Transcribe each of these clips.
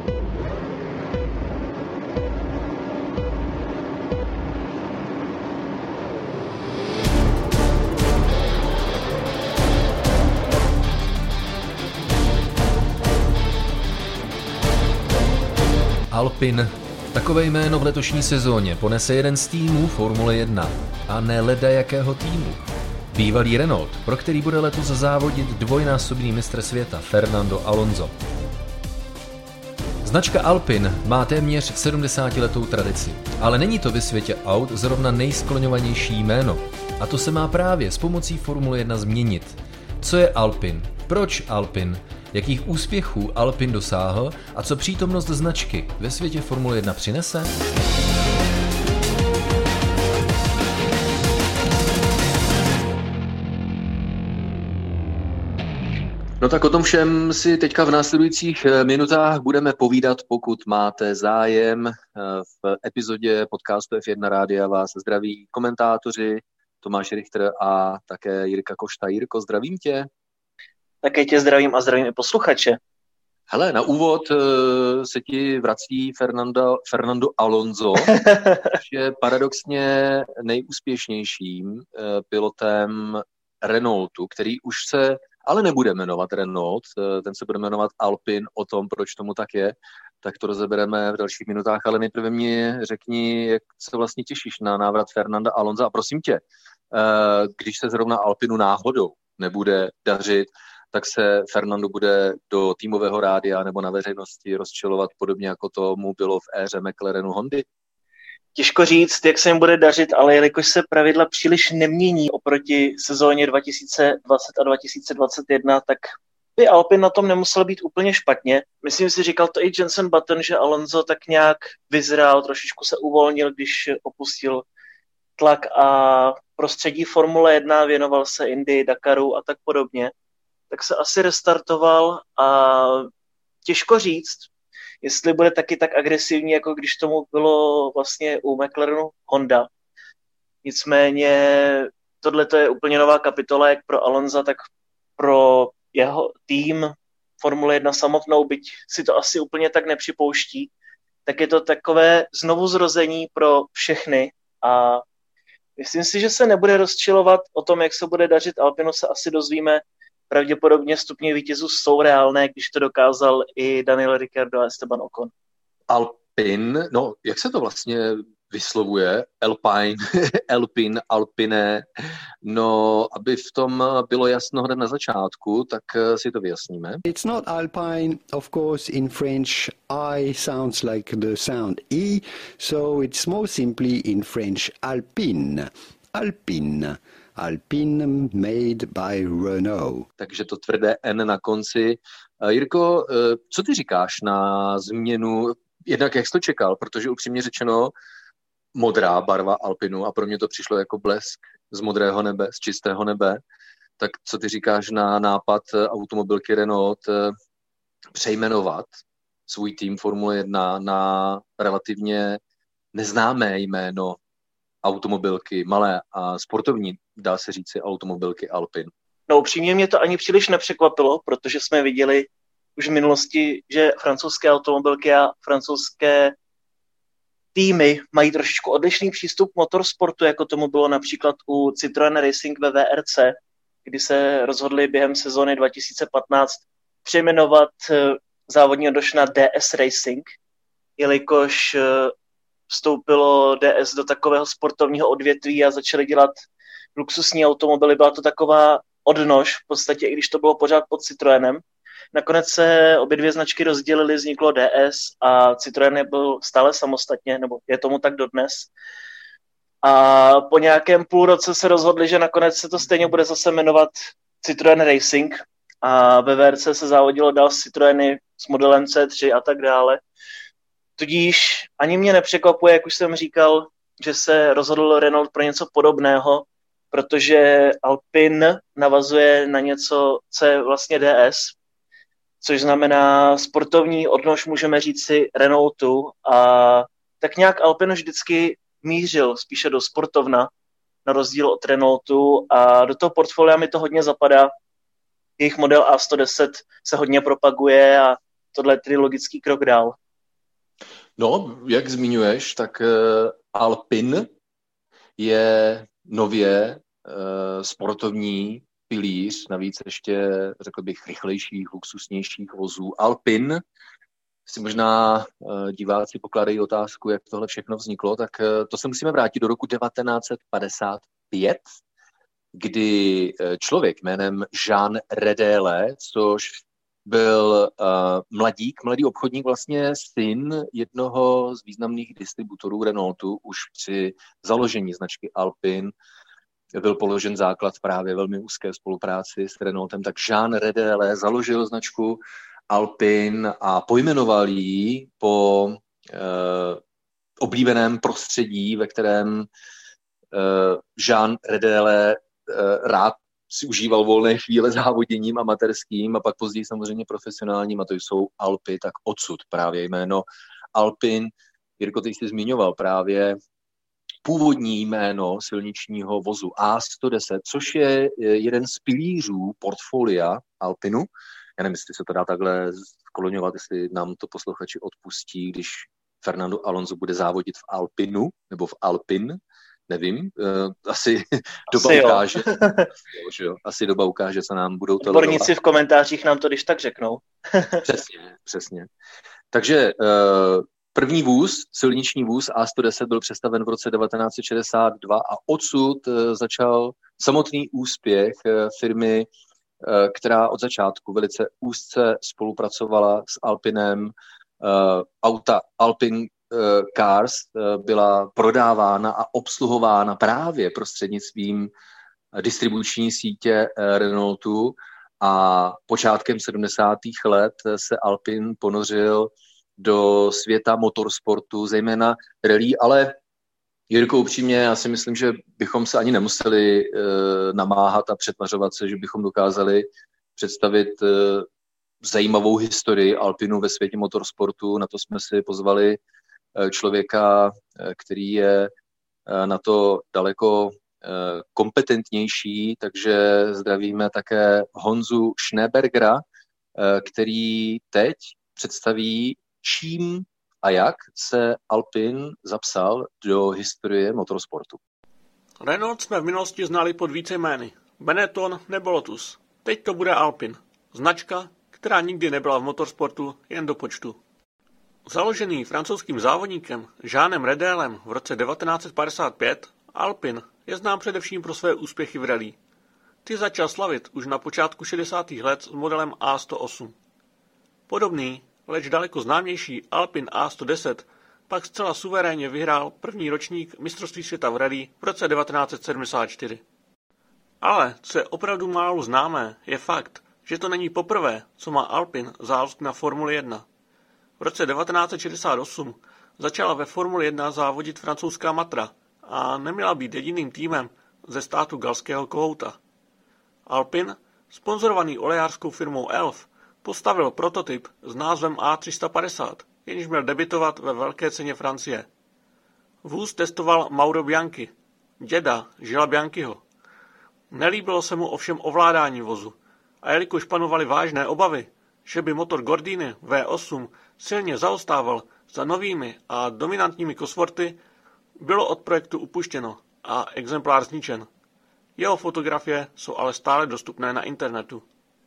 Alpine. Takové jméno v letošní sezóně ponese jeden z týmů Formule 1 a ne leda jakého týmu. Bývalý Renault, pro který bude letos závodit dvojnásobný mistr světa Fernando Alonso. Značka Alpine má téměř 70letou tradici, ale není to ve světě aut zrovna nejskloňovanější jméno. A to se má právě s pomocí Formule 1 změnit. Co je Alpine? Proč Alpine? Jakých úspěchů Alpine dosáhl a co přítomnost značky ve světě Formule 1 přinese? No tak o tom všem si teďka v následujících minutách budeme povídat, pokud máte zájem. V epizodě podcastu F1 Rádia vás zdraví komentátoři Tomáš Richter a také Jirka Košta. Jirko, zdravím tě. Také tě zdravím a zdravím i posluchače. Hele, na úvod se ti vrací Fernando Alonso, což je paradoxně nejúspěšnějším pilotem Renaultu, který už se ale nebude jmenovat Renault, ten se bude jmenovat Alpine. O tom, proč tomu tak je, tak to rozebereme v dalších minutách, ale nejprve mi řekni, jak se vlastně těšíš na návrat Fernanda Alonsa a prosím tě, když se zrovna Alpinu náhodou nebude dařit, tak se Fernando bude do týmového rádia nebo na veřejnosti rozčilovat podobně, jako tomu bylo v éře McLarenu Hondy? Těžko říct, jak se jim bude dařit, ale jelikož se pravidla příliš nemění oproti sezóně 2020 a 2021, tak by Alpine na tom nemusel být úplně špatně. Myslím si, říkal to i Jenson Button, že Alonso tak nějak vyzrál, trošičku se uvolnil, když opustil tlak a prostředí Formule 1, věnoval se Indii, Dakaru a tak podobně. Tak se asi restartoval a těžko říct, jestli bude taky tak agresivní, jako když tomu bylo vlastně u McLarenu Honda. Nicméně tohle je úplně nová kapitola, jak pro Alonsa, tak pro jeho tým Formule 1 samotnou, byť si to asi úplně tak nepřipouští, tak je to takové znovuzrození pro všechny a myslím si, že se nebude rozčilovat o tom, jak se bude dařit Alpinu, se asi dozvíme. Pravděpodobně stupně vítězů jsou reálné, když to dokázal i Daniel Ricciardo a Esteban Ocon. Alpine, no jak se to vlastně vyslovuje? Alpine, no aby v tom bylo jasno hned na začátku, tak si to vyjasníme. It's not Alpine, of course in French I sounds like the sound E, so it's more simply in French Alpine. Alpine made by Renault. Takže to tvrdé N na konci. Jirko, co ty říkáš na změnu, jednak jak jsi to čekal, protože upřímně řečeno modrá barva Alpinu a pro mě to přišlo jako blesk z modrého nebe, z čistého nebe, tak co ty říkáš na nápad automobilky Renault přejmenovat svůj tým Formule 1 na relativně neznámé jméno automobilky, malé a sportovní, dá se říci, automobilky Alpine? No upřímně mě to ani příliš nepřekvapilo, protože jsme viděli už v minulosti, že francouzské automobilky a francouzské týmy mají trošičku odlišný přístup k motorsportu, jako tomu bylo například u Citroën Racing ve VRC, kdy se rozhodli během sezóny 2015 přejmenovat závodní odnož na DS Racing, jelikož vstoupilo DS do takového sportovního odvětví a začali dělat luxusní automobily. Byla to taková odnož, v podstatě, i když to bylo pořád pod Citroenem. Nakonec se obě dvě značky rozdělily, vzniklo DS a Citroën byl stále samostatně, nebo je tomu tak dodnes. A po nějakém půl roce se rozhodli, že nakonec se to stejně bude zase jmenovat Citroën Racing a ve VRC se závodilo dál s Citroeny s modelem C3 a tak dále. Tudíž ani mě nepřekvapuje, jak už jsem říkal, že se rozhodl Renault pro něco podobného, protože Alpine navazuje na něco, co je vlastně DS, což znamená sportovní odnož, můžeme říct si, Renaultu. A tak nějak Alpine vždycky mířil spíše do sportovna, na rozdíl od Renaultu, a do toho portfolia mi to hodně zapadá. Jejich model A110 se hodně propaguje a tohle je tedy logický krok dál. No, jak zmiňuješ, tak Alpin je nově sportovní pilíř, navíc ještě, řekl bych, rychlejších, luxusnějších vozů. Alpin, si možná diváci pokládají otázku, jak tohle všechno vzniklo, tak to se musíme vrátit do roku 1955, kdy člověk jménem Jean Redele, což byl mladý obchodník, vlastně syn jednoho z významných distributorů Renaultu, už při založení značky Alpin byl položen základ právě velmi úzké spolupráci s Renaultem, tak Jean Redele založil značku Alpin a pojmenoval ji po oblíbeném prostředí, ve kterém Jean Redele rád si užíval volné chvíle závoděním amatérským a pak později samozřejmě profesionálním, a to jsou Alpy, tak odsud právě jméno Alpin. Jirko, ty jsi zmiňoval právě původní jméno silničního vozu A110, což je jeden z pilířů portfolia Alpinu. Já nevím, jestli se to dá takhle skloňovat, jestli nám to posluchači odpustí, když Fernando Alonso bude závodit v Alpinu nebo v Alpin. Nevím, asi doba ukáže. Asi doba ukáže, co nám budou tolerovat. Odborníci v komentářích nám to když tak řeknou. Přesně. Takže první vůz, silniční vůz A110 byl přestaven v roce 1962 a odsud začal samotný úspěch firmy, která od začátku velice úzce spolupracovala s Alpinem. Auta Alpin Cars byla prodávána a obsluhována právě prostřednictvím distribuční sítě Renaultu a počátkem 70. let se Alpin ponořil do světa motorsportu, zejména rally, ale Jirko, upřímně, já si myslím, že bychom se ani nemuseli namáhat a přetvařovat se, že bychom dokázali představit zajímavou historii Alpinu ve světě motorsportu. Na to jsme si pozvali člověka, který je na to daleko kompetentnější, takže zdravíme také Honzu Schneebergera, který teď představí, čím a jak se Alpin zapsal do historie motorsportu. Renault jsme v minulosti znali pod více jmény. Benetton nebo Lotus. Teď to bude Alpin. Značka, která nikdy nebyla v motorsportu jen do počtu. Založený francouzským závodníkem Jeanem Redelem v roce 1955, Alpin je znám především pro své úspěchy v rally. Ty začal slavit už na počátku 60. let s modelem A108. Podobný, leč daleko známější Alpin A110 pak zcela suverénně vyhrál první ročník mistrovství světa v rally v roce 1974. Ale co je opravdu málo známé, je fakt, že to není poprvé, co má Alpin zálusk na Formuli 1. V roce 1968 začala ve Formuli 1 závodit francouzská Matra a neměla být jediným týmem ze státu galského kohouta. Alpin, sponzorovaný olejářskou firmou Elf, postavil prototyp s názvem A350, jenž měl debitovat ve velké ceně Francie. Vůz testoval Mauro Bianchi, děda Gilles Bianchiho. Nelíbilo se mu ovšem ovládání vozu a jelikož panovaly vážné obavy, že by motor Gordini V8 silně zaostával za novými a dominantními Cosworthy, bylo od projektu upuštěno a exemplář zničen. Jeho fotografie jsou ale stále dostupné na internetu.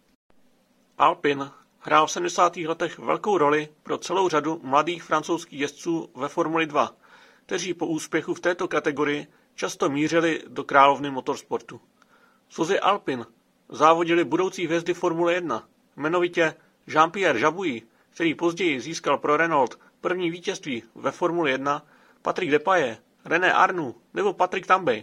Alpin hrál v 70. letech velkou roli pro celou řadu mladých francouzských jezdců ve Formuli 2, kteří po úspěchu v této kategorii často mířili do královny motorsportu. S vozy Alpin závodili budoucí hvězdy Formule 1, jmenovitě Jean-Pierre Jabouille, který později získal pro Renault první vítězství ve Formuli 1, Patrick Depailler, René Arnoux nebo Patrick Tambay.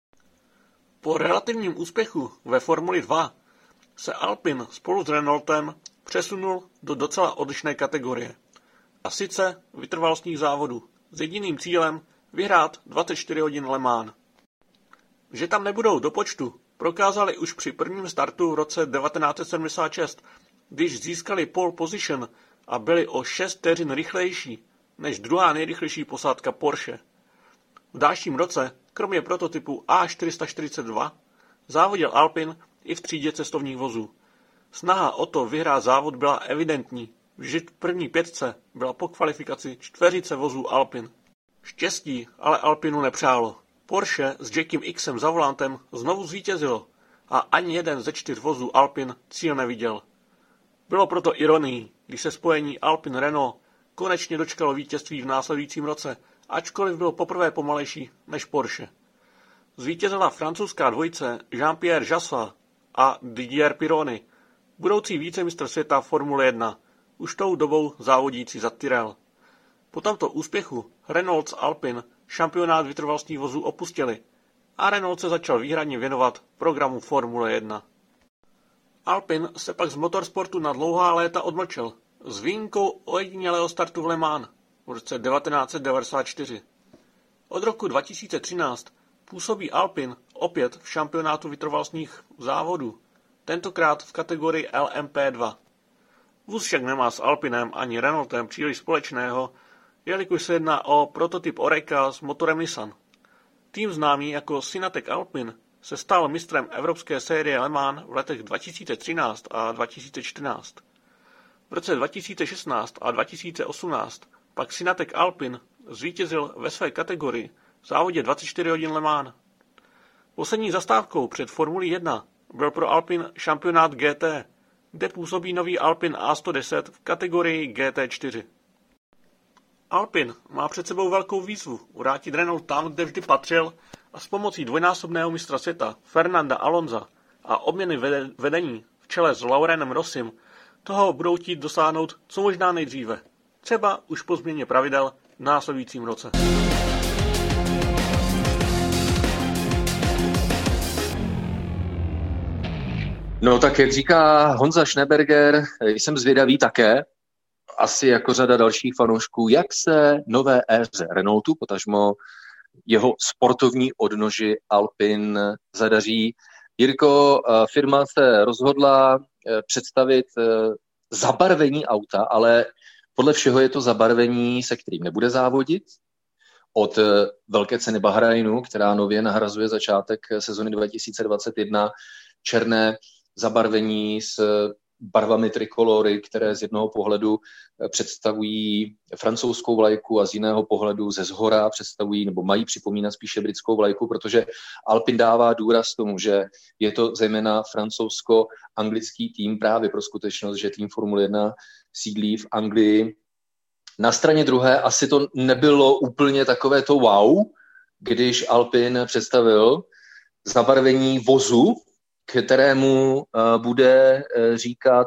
Po relativním úspěchu ve Formuli 2 se Alpin spolu s Renaultem přesunul do docela odlišné kategorie. A sice vytrvalostních závodů s jediným cílem vyhrát 24 hodin Le Mans. Že tam nebudou do počtu, prokázali už při prvním startu v roce 1976, když získali pole position a byli o 6 vteřin rychlejší než druhá nejrychlejší posádka Porsche. V dalším roce, kromě prototypu A442, závodil Alpin i v třídě cestovních vozů. Snaha o to vyhrát závod byla evidentní Vždyť v první 5 byla po kvalifikaci 4 vozů Alpin. Štěstí ale Alpinu nepřálo. Porsche s Jackiem Xem za volantem znovu zvítězilo a ani jeden ze 4 vozů Alpin cíl neviděl. Bylo proto ironií, když se spojení Alpin-Renault konečně dočkalo vítězství v následujícím roce, ačkoliv bylo poprvé pomalejší než Porsche. Zvítězila francouzská dvojice Jean-Pierre Jassat a Didier Pironi, budoucí vícemistr světa Formule 1, už tou dobou závodící za Tyrrell. Po tomto úspěchu Renault s Alpin šampionát vytrvalostních vozů opustili a Renault se začal výhradně věnovat programu Formule 1. Alpin se pak z motorsportu na dlouhá léta odmlčel, s výjimkou ojedinělého startu v Le Mans v roce 1994. Od roku 2013 působí Alpin opět v šampionátu vytrvalostních závodů, tentokrát v kategorii LMP2. Vůz však nemá s Alpinem ani Renaultem příliš společného, jelikož se jedná o prototyp Oreca s motorem Nissan. Tým známý jako Synatec Alpin se stal mistrem evropské série Le Mans v letech 2013 a 2014. V roce 2016 a 2018 pak Synatec Alpin zvítězil ve své kategorii v závodě 24 hodin Le Mans. Poslední zastávkou před Formulí 1 byl pro Alpin šampionát GT, kde působí nový Alpin A110 v kategorii GT4. Alpin má před sebou velkou výzvu vrátit Renault tam, kde vždy patřil, a s pomocí dvojnásobného mistra světa Fernanda Alonsa a obměny vedení v čele s Laurenem Rossim toho budou chtít dosáhnout co možná nejdříve, třeba už po změně pravidel v následujícím roce. No tak jak říká Honza Schneeberger, jsem zvědavý také, asi jako řada dalších fanoušků, jak se nové éře Renaultu, potažmo jeho sportovní odnoži Alpin zadaří. Jirko, firma se rozhodla představit zabarvení auta, ale podle všeho je to zabarvení, se kterým nebude závodit. Od velké ceny Bahrajnu, která nově nahrazuje začátek sezony 2021, černé zabarvení s barvami trikolory, které z jednoho pohledu představují francouzskou vlajku a z jiného pohledu ze zhora představují nebo mají připomínat spíše britskou vlajku, protože Alpin dává důraz tomu, že je to zejména francouzsko-anglický tým právě pro skutečnost, že tým Formule 1 sídlí v Anglii. Na straně druhé asi to nebylo úplně takové to wow, když Alpin představil zabarvení vozu, kterému bude říkat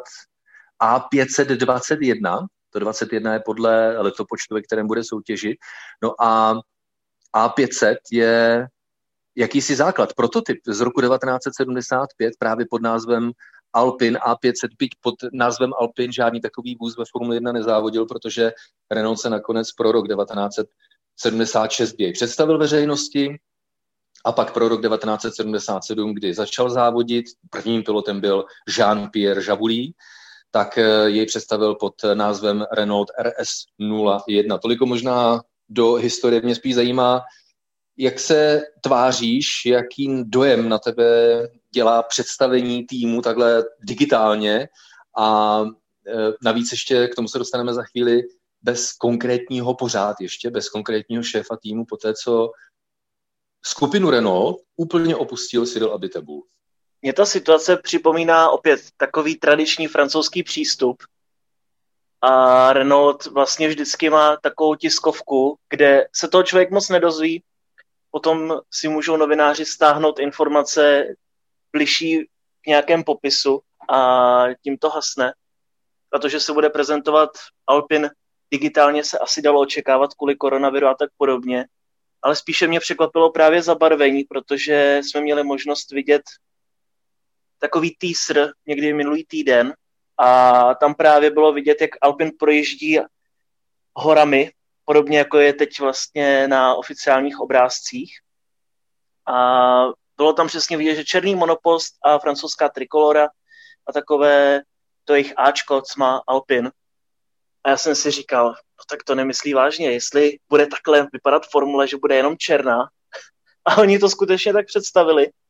A521. To 21 je podle letopočtu, ve kterém bude soutěžit. No a A500 je jakýsi základ, prototyp z roku 1975 právě pod názvem Alpin A500, byť pod názvem Alpin žádný takový vůz ve Formule 1 nezávodil, protože Renault se nakonec pro rok 1976 jej představil veřejnosti a pak pro rok 1977, kdy začal závodit, prvním pilotem byl Jean-Pierre Jabouille, tak jej představil pod názvem Renault RS01. Toliko možná do historie mě spíš zajímá, jak se tváříš, jaký dojem na tebe dělá představení týmu takhle digitálně a navíc ještě k tomu se dostaneme za chvíli bez konkrétního bez konkrétního šéfa týmu, poté co skupinu Renault úplně opustil Cyril Abiteboul. Mně ta situace připomíná opět takový tradiční francouzský přístup. A Renault vlastně vždycky má takovou tiskovku, kde se toho člověk moc nedozví. Potom si můžou novináři stáhnout informace bližší k nějakém popisu a tím to hasne. Protože se bude prezentovat Alpin digitálně, se asi dalo očekávat kvůli koronaviru a tak podobně. Ale spíše mě překvapilo právě zabarvení, protože jsme měli možnost vidět takový teaser někdy minulý týden a tam právě bylo vidět, jak Alpin projíždí horami, podobně jako je teď vlastně na oficiálních obrázcích. A bylo tam přesně vidět, že černý monopost a francouzská trikolora a takové to jejich áčko, co má Alpin. A já jsem si říkal, no tak to nemyslí vážně, jestli bude takhle vypadat formule, že bude jenom černá. A oni to skutečně tak představili.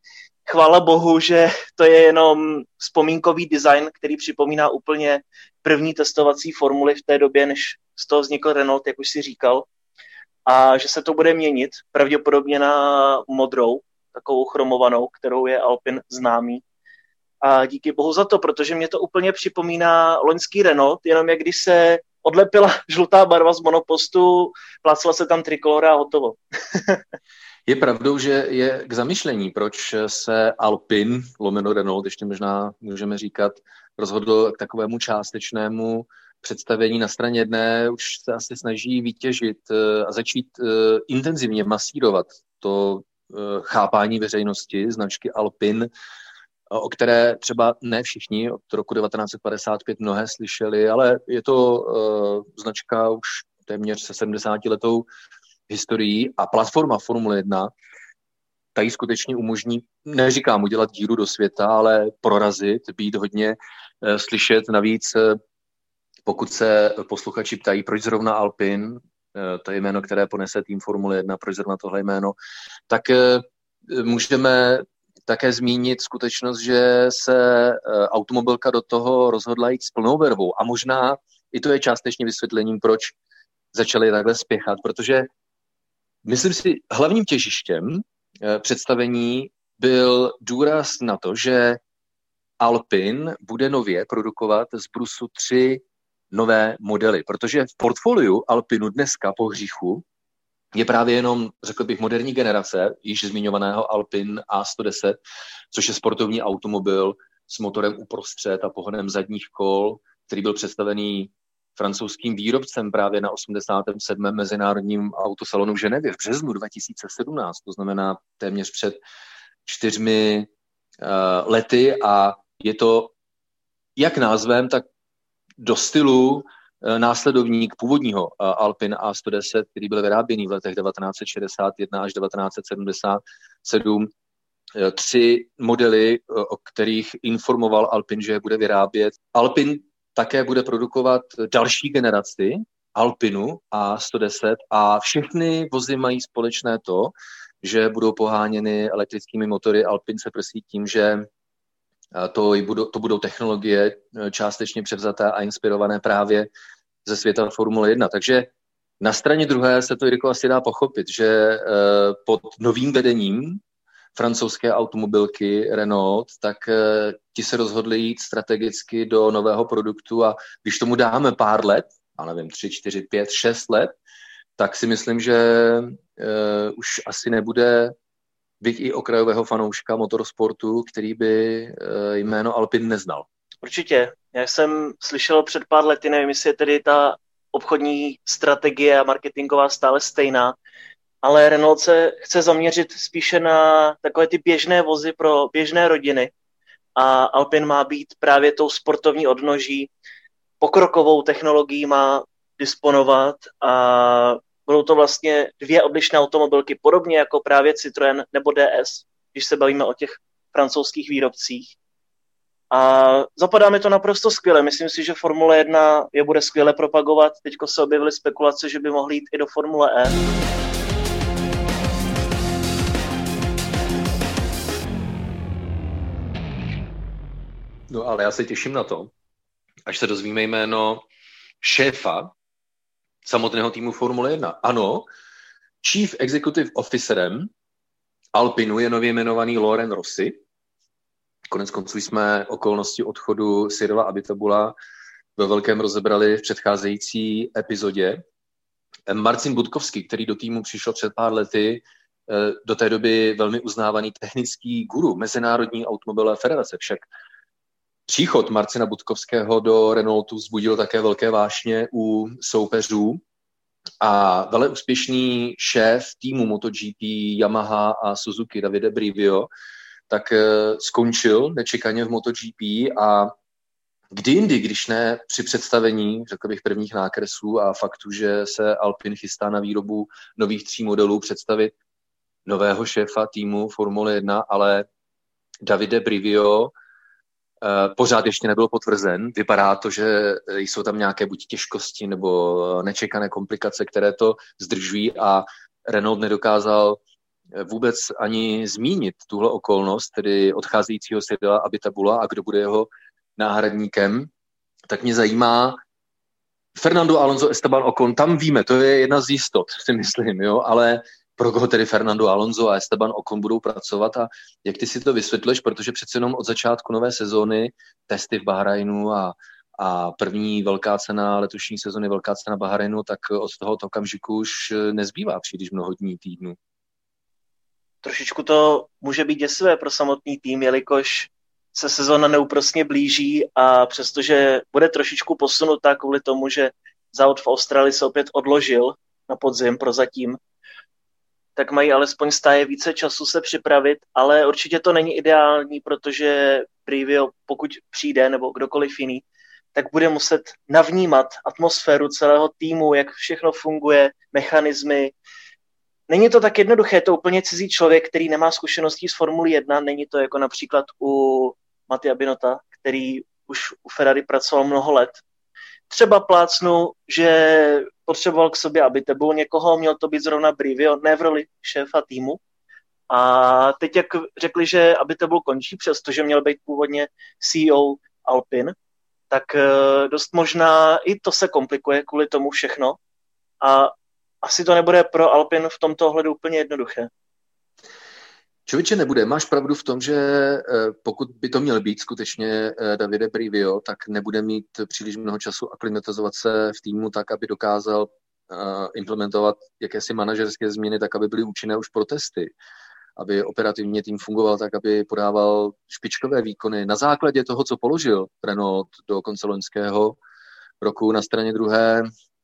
chvála bohu, že to je jenom vzpomínkový design, který připomíná úplně první testovací formuly v té době, než z toho vznikl Renault, jak už si říkal, a že se to bude měnit pravděpodobně na modrou, takovou chromovanou, kterou je Alpine známý. A díky bohu za to, protože mě to úplně připomíná loňský Renault, jenom jak když se odlepila žlutá barva z monopostu, plácla se tam trikolora a hotovo. Je pravdou, že je k zamyšlení, proč se Alpine, lomeno Renault, ještě možná můžeme říkat, rozhodl k takovému částečnému představení. Na straně jedné už se asi snaží vytěžit a začít intenzivně masírovat to chápání veřejnosti značky Alpine, o které třeba ne všichni od roku 1955 mnohé slyšeli, ale je to značka už téměř se 70letou historií a platforma Formule 1, ta jí skutečně umožní, neříkám udělat díru do světa, ale prorazit, být hodně slyšet. Navíc, pokud se posluchači ptají, proč zrovna Alpine, to je jméno, které ponese tým Formule 1, proč zrovna tohle jméno, tak můžeme také zmínit skutečnost, že se automobilka do toho rozhodla jít s plnou vervou a možná i to je částečně vysvětlením, proč začali takhle spěchat, protože myslím si, hlavním těžištěm představení byl důraz na to, že Alpine bude nově produkovat z brusu 3 nové modely, protože v portfoliu Alpinu dneska po hříchu je právě jenom, řekl bych, moderní generace již zmiňovaného Alpine A110, což je sportovní automobil s motorem uprostřed a pohonem zadních kol, který byl představený francouzským výrobcem právě na 87. mezinárodním autosalonu v Ženevě v březnu 2017, to znamená téměř před 4 lety a je to jak názvem, tak do stylu následovník původního Alpine A110, který byl vyráběný v letech 1961 až 1977. 3 modely, o kterých informoval Alpine, že je bude vyrábět. Alpine také bude produkovat další generaci Alpinu A110 a všechny vozy mají společné to, že budou poháněny elektrickými motory. Alpine se prosí tím, že to budou technologie částečně převzaté a inspirované právě ze světa Formule 1. Takže na straně druhé se to, Jirko, asi dá pochopit, že pod novým vedením francouzské automobilky Renault, tak ti se rozhodli jít strategicky do nového produktu a když tomu dáme pár let, a nevím, 3, 4, 5, 6 let, tak si myslím, že už asi nebude byť i okrajového fanouška motorsportu, který by jméno Alpine neznal. Určitě. Já jsem slyšel před pár lety, nevím, jestli je tedy ta obchodní strategie a marketingová stále stejná, ale Renault se chce zaměřit spíše na takové ty běžné vozy pro běžné rodiny a Alpine má být právě tou sportovní odnoží, pokrokovou technologií má disponovat a budou to vlastně 2 odlišné automobilky, podobně jako právě Citroën nebo DS, když se bavíme o těch francouzských výrobcích. A zapadá mi to naprosto skvěle. Myslím si, že Formule 1 je bude skvěle propagovat. Teďko se objevily spekulace, že by mohly jít i do Formule E. No ale já se těším na to, až se dozvíme jméno šéfa samotného týmu Formule 1. Ano, Chief Executive Officerem Alpinu je nově jmenovaný Laurent Rossi. Konec konců jsme okolnosti odchodu Cyrila Abitabula ve velkém rozebrali v předcházející epizodě. Marcin Budkovský, který do týmu přišel před pár lety, do té doby velmi uznávaný technický guru Mezinárodní automobilové federace. Však příchod Marcina Budkovského do Renaultu vzbudil také velké vášně u soupeřů a velmi úspěšný šéf týmu MotoGP Yamaha a Suzuki Davide Brivio tak skončil nečekaně v MotoGP a kdy jindy, když ne při představení, řekl bych, prvních nákresů a faktu, že se Alpine chystá na výrobu nových 3 modelů představit nového šéfa týmu Formule 1, ale Davide Brivio pořád ještě nebyl potvrzen. Vypadá to, že jsou tam nějaké buď těžkosti nebo nečekané komplikace, které to zdržují a Renault nedokázal vůbec ani zmínit tuhle okolnost, tedy odcházejícího Cyrila Abitabula a kdo bude jeho náhradníkem, tak mě zajímá Fernando Alonso, Esteban Ocon, tam víme, to je jedna z jistot, si myslím, jo, ale pro koho tedy Fernando Alonso a Esteban Ocon budou pracovat a jak ty si to vysvětlíš, protože přece jenom od začátku nové sezóny, testy v Bahrajnu a první velká cena letošní sezony, velká cena Bahrajnu, tak od tohoto okamžiku už nezbývá příliš mnoho dní, týdnů. Trošičku to může být děsivé pro samotný tým, jelikož se sezóna neúprosně blíží a přestože bude trošičku posunutá kvůli tomu, že závod v Austrálii se opět odložil na podzim prozatím, tak mají alespoň stáje více času se připravit, ale určitě to není ideální, protože Brivio, pokud přijde, nebo kdokoliv jiný, tak bude muset navnímat atmosféru celého týmu, jak všechno funguje, mechanismy. Není to tak jednoduché, je to úplně cizí člověk, který nemá zkušeností z Formule 1, není to jako například u Mattia Binota, který už u Ferrari pracoval mnoho let. Třeba plácnu, že potřeboval k sobě Abiteboul někoho, měl to být zrovna Brivio, ne v roli šéfa týmu. A teď, jak řekli, že Abiteboul končí, přestože měl být původně CEO Alpine, tak dost možná i to se komplikuje kvůli tomu všechno. A asi to nebude pro Alpine v tomto ohledu úplně jednoduché. Člověče, nebude. Máš pravdu v tom, že pokud by to měl být skutečně Davide Brivio, tak nebude mít příliš mnoho času aklimatizovat se v týmu tak, aby dokázal implementovat jakési manažerské změny, tak, aby byly účinné už pro testy, aby operativně tým fungoval tak, aby podával špičkové výkony. Na základě toho, co položil Renault do konce loňského roku na straně druhé,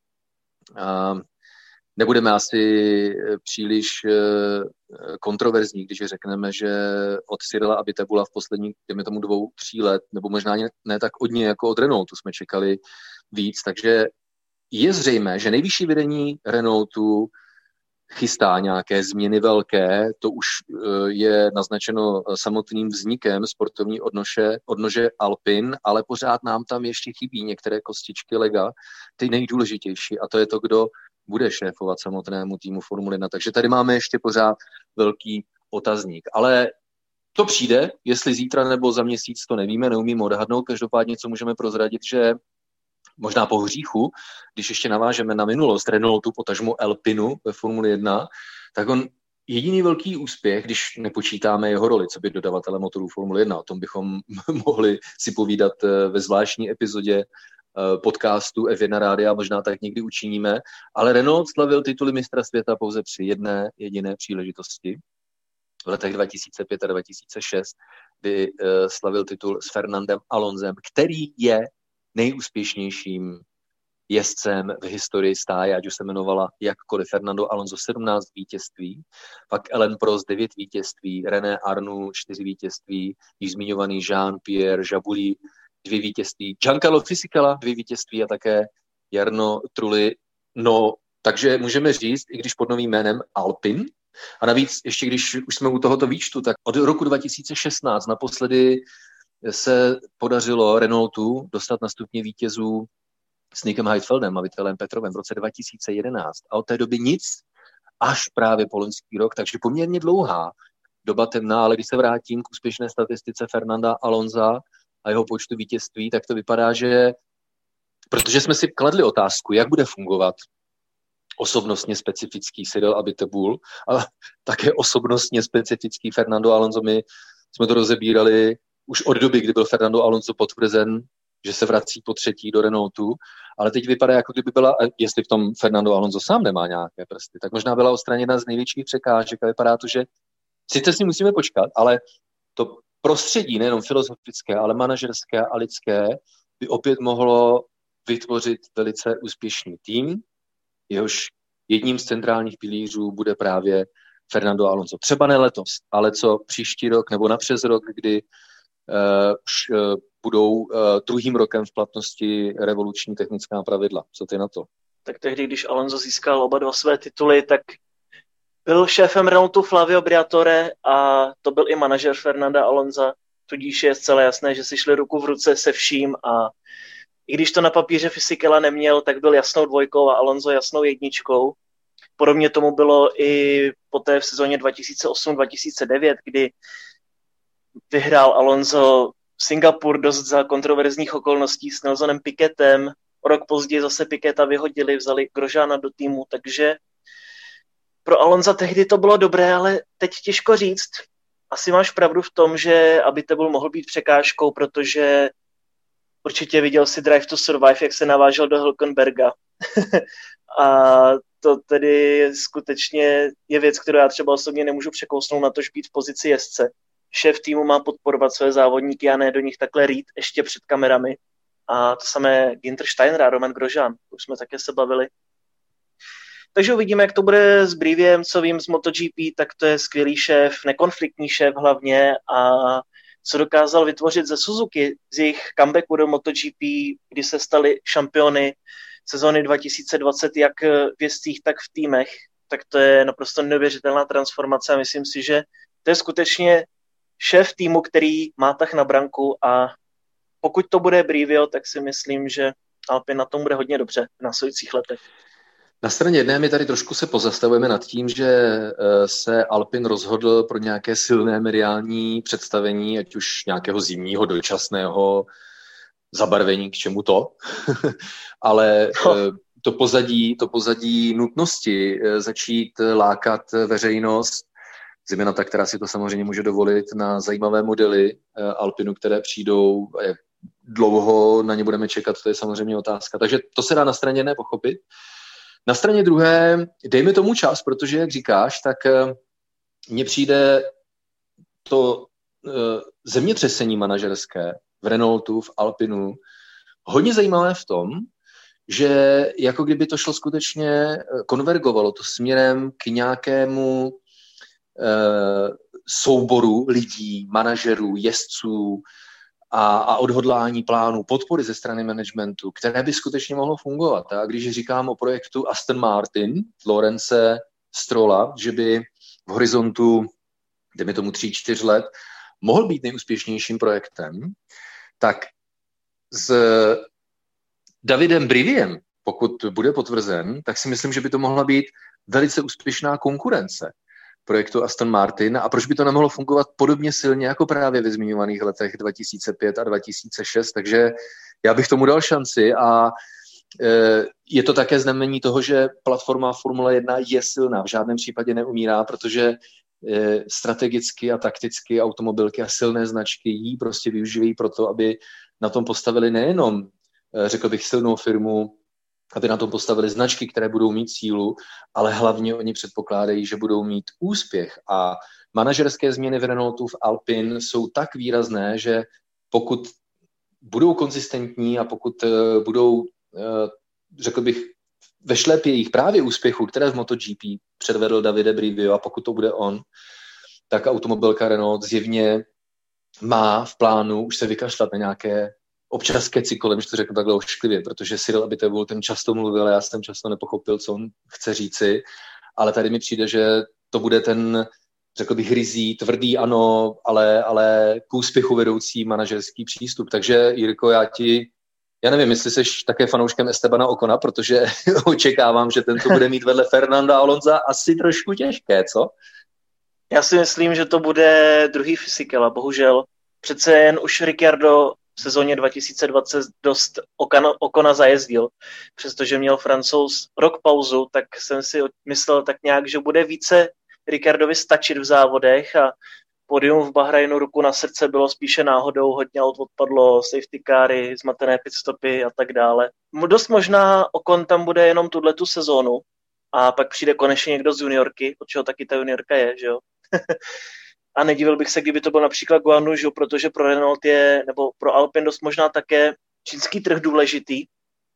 nebudeme asi příliš kontroverzní, když řekneme, že od Cyrila Abiteboula v posledních, dejme tomu 2-3 let, nebo možná ne tak od něj jako od Renaultu jsme čekali víc, takže je zřejmé, že nejvyšší vedení Renaultu chystá nějaké změny velké, to už je naznačeno samotným vznikem sportovní odnože Alpin, ale pořád nám tam ještě chybí některé kostičky lega, ty nejdůležitější, a to je to, kdo bude šéfovat samotnému týmu Formule 1. Takže tady máme ještě pořád velký otazník. Ale to přijde, jestli zítra nebo za měsíc, to nevíme, neumíme odhadnout. Každopádně, co můžeme prozradit, že možná po hříchu, když ještě navážeme na minulost Renaultu, potažmu Alpinu ve Formule 1, tak on jediný velký úspěch, když nepočítáme jeho roli, co by dodavatele motorů Formule 1, o tom bychom mohli si povídat ve zvláštní epizodě podcastu F1 Rádia, možná tak někdy učiníme, ale Renault slavil tituly mistra světa pouze při jedné jediné příležitosti. V letech 2005 a 2006, kdy slavil titul s Fernandem Alonsem, který je nejúspěšnějším jezdcem v historii stáje, ať už se jmenovala jakkoliv. Fernando Alonso 17 vítězství, pak Alain Prost 9 vítězství, René Arnoux 4 vítězství, již zmiňovaný Jean-Pierre Jabouille 2 vítězství, Giancarlo Fisichella 2 vítězství a také Jarno Trulli. No, takže můžeme říct, i když pod novým jménem Alpin, a navíc ještě když už jsme u tohoto výčtu, tak od roku 2016 naposledy se podařilo Renaultu dostat na stupně vítězů s Nickem Heidfeldem a Vittelem Petrovem v roce 2011. A od té doby nic, až právě po loňský rok, takže poměrně dlouhá doba temná, ale když se vrátím k úspěšné statistice Fernanda Alonsa a jeho počtu vítězství, tak to vypadá, že protože jsme si kladli otázku, jak bude fungovat osobnostně specifický Cyril Abiteboul a také osobnostně specifický Fernando Alonso. My jsme to rozebírali už od doby, kdy byl Fernando Alonso potvrzen, že se vrací po třetí do Renaultu, ale teď vypadá, jako kdyby byla, jestli v tom Fernando Alonso sám nemá nějaké prsty, tak možná byla odstraněna z největších překážek a vypadá to, že sice si musíme počkat, ale to prostředí, nejenom filozofické, ale manažerské a lidské, by opět mohlo vytvořit velice úspěšný tým, jehož jedním z centrálních pilířů bude právě Fernando Alonso. Třeba ne letos, ale co příští rok nebo napřes rok, kdy už budou druhým rokem v platnosti revoluční technická pravidla. Co ty na to? Tak tehdy, když Alonso získal oba dva své tituly, tak byl šéfem Renaultu Flavio Briatore a to byl i manažer Fernanda Alonsa, tudíž je zcela jasné, že si šli ruku v ruce se vším a i když to na papíře Fisichella neměl, tak byl jasnou dvojkou a Alonso jasnou jedničkou. Podobně tomu bylo i poté v sezóně 2008-2009, kdy vyhrál Alonso Singapur dost za kontroverzních okolností s Nelsonem Piquetem. O rok později zase Piqueta vyhodili, vzali Grosjeana do týmu, takže pro Alonsa tehdy to bylo dobré, ale teď těžko říct. Asi máš pravdu v tom, že Abiteboul mohl být překážkou, protože určitě viděl si Drive to Survive, jak se navážel do Hülkenberga. A to tedy skutečně je věc, kterou já třeba osobně nemůžu překousnout, na tož být v pozici jezdce. Šéf týmu má podporovat své závodníky a ne do nich takhle rýt ještě před kamerami. A to samé Günther Steiner a Romain Grosjean, už jsme také se bavili. Takže uvidíme, jak to bude s Briviem, co vím z MotoGP, tak to je skvělý šéf, nekonfliktní šéf hlavně a co dokázal vytvořit ze Suzuki, z jejich comebacku do MotoGP, kdy se stali šampiony sezóny 2020 jak v jezdcích, tak v týmech, tak to je naprosto neuvěřitelná transformace a myslím si, že to je skutečně šéf týmu, který má tah na branku a pokud to bude Brivio, tak si myslím, že Alpine na tom bude hodně dobře v následujících letech. Na straně jedné my tady trošku se pozastavujeme nad tím, že se Alpine rozhodl pro nějaké silné mediální představení, ať už nějakého zimního, dočasného zabarvení, k čemu to, ale to pozadí nutnosti začít lákat veřejnost, zejména ta, která si to samozřejmě může dovolit, na zajímavé modely Alpinu, které přijdou, jak dlouho na ně budeme čekat, to je samozřejmě otázka. Takže to se dá na straně jedné pochopit. Na straně druhé, dejme tomu čas, protože, jak říkáš, tak mně přijde to zemětřesení manažerské v Renaultu, v Alpinu, hodně zajímavé v tom, že jako kdyby to šlo skutečně, konvergovalo to směrem k nějakému souboru lidí, manažerů, jezdců a odhodlání plánů, podpory ze strany managementu, které by skutečně mohlo fungovat. A když říkám o projektu Aston Martin, Lawrence Strolla, že by v horizontu, dejme tomu 3-4 let, mohl být nejúspěšnějším projektem, tak s Davidem Briviem, pokud bude potvrzen, tak si myslím, že by to mohla být velice úspěšná konkurence projektu Aston Martin a proč by to nemohlo fungovat podobně silně jako právě ve zmiňovaných letech 2005 a 2006, takže já bych tomu dal šanci a je to také znamení toho, že platforma Formule 1 je silná, v žádném případě neumírá, protože strategicky a takticky automobilky a silné značky jí prostě využívají proto, aby na tom postavili nejenom, řekl bych, silnou firmu, aby na tom postavili značky, které budou mít sílu, ale hlavně oni předpokládají, že budou mít úspěch. A manažerské změny v Renaultu, v Alpine jsou tak výrazné, že pokud budou konzistentní a pokud budou, řekl bych, ve šlepě jejich právě úspěchu, které v MotoGP předvedl Davide Brivio, a pokud to bude on, tak automobilka Renault zjevně má v plánu už se vykašlat na nějaké občas keci kolem, že to řeknu takhle ošklivě, protože Cyril Abiteboul ten často mluvil, já jsem často nepochopil, co on chce říci, ale tady mi přijde, že to bude ten, řekl bych, ryzí, tvrdý ano, ale k úspěchu vedoucí manažerský přístup. Takže Jirko, já nevím, jestli jsi také fanouškem Estebana Ocona, protože očekávám, že ten to bude mít vedle Fernanda Alonsa asi trošku těžké, co? Já si myslím, že to bude druhý Fisichella, bohužel. Přece jen už Ricciardo v sezóně 2020 dost Ocona zajezdil. Přestože měl Francouz rok pauzu, tak jsem si myslel tak nějak, že bude více Ricciardovi stačit v závodech a podium v Bahrajnu, ruku na srdce, bylo spíše náhodou, hodně aut odpadlo, safety cary, zmatené pitstopy a tak dále. Dost možná Ocon tam bude jenom tuhletu sezónu a pak přijde konečně někdo z juniorky, od čeho taky ta juniorka je, že jo? A nedivil bych se, kdyby to byl například Guan Yu Zhou, protože pro Renault je, nebo pro Alpine dost možná také čínský trh důležitý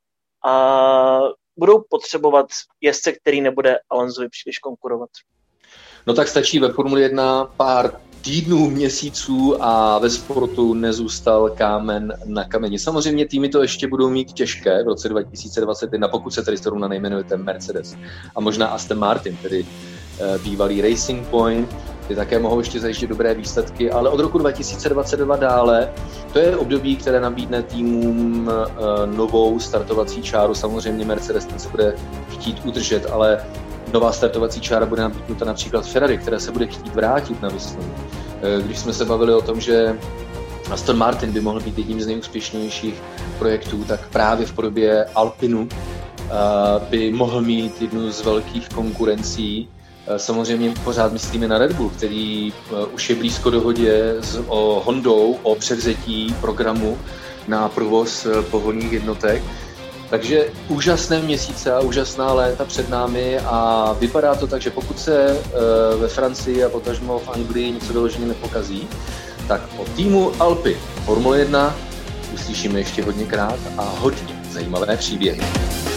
a budou potřebovat jezdce, který nebude Alonsovi příliš konkurovat. No tak stačí ve Formuli 1 pár týdnů, měsíců a ve sportu nezůstal kámen na kameni. Samozřejmě týmy to ještě budou mít těžké v roce 2021, pokud se tedy zrovna nejmenujete Mercedes a možná Aston Martin, tedy bývalý Racing Point, ty také mohou ještě zajištět dobré výsledky, ale od roku 2022 dále, to je období, které nabídne týmům novou startovací čáru. Samozřejmě Mercedes ten se bude chtít udržet, ale nová startovací čára bude nabídnuta například Ferrari, které se bude chtít vrátit na Whistleru. Když jsme se bavili o tom, že Aston Martin by mohl být jedním z nejúspěšnějších projektů, tak právě v podobě Alpinu by mohl mít jednu z velkých konkurencí. Samozřejmě pořád myslíme na Red Bull, který už je blízko dohodě s Hondou o převzetí programu na provoz pohonných jednotek. Takže úžasné měsíce a úžasná léta před námi a vypadá to tak, že pokud se ve Francii a potažmo v Anglii něco doloženě nepokazí, tak o týmu Alpy Formule 1 uslyšíme ještě hodněkrát a hodně zajímavé příběhy.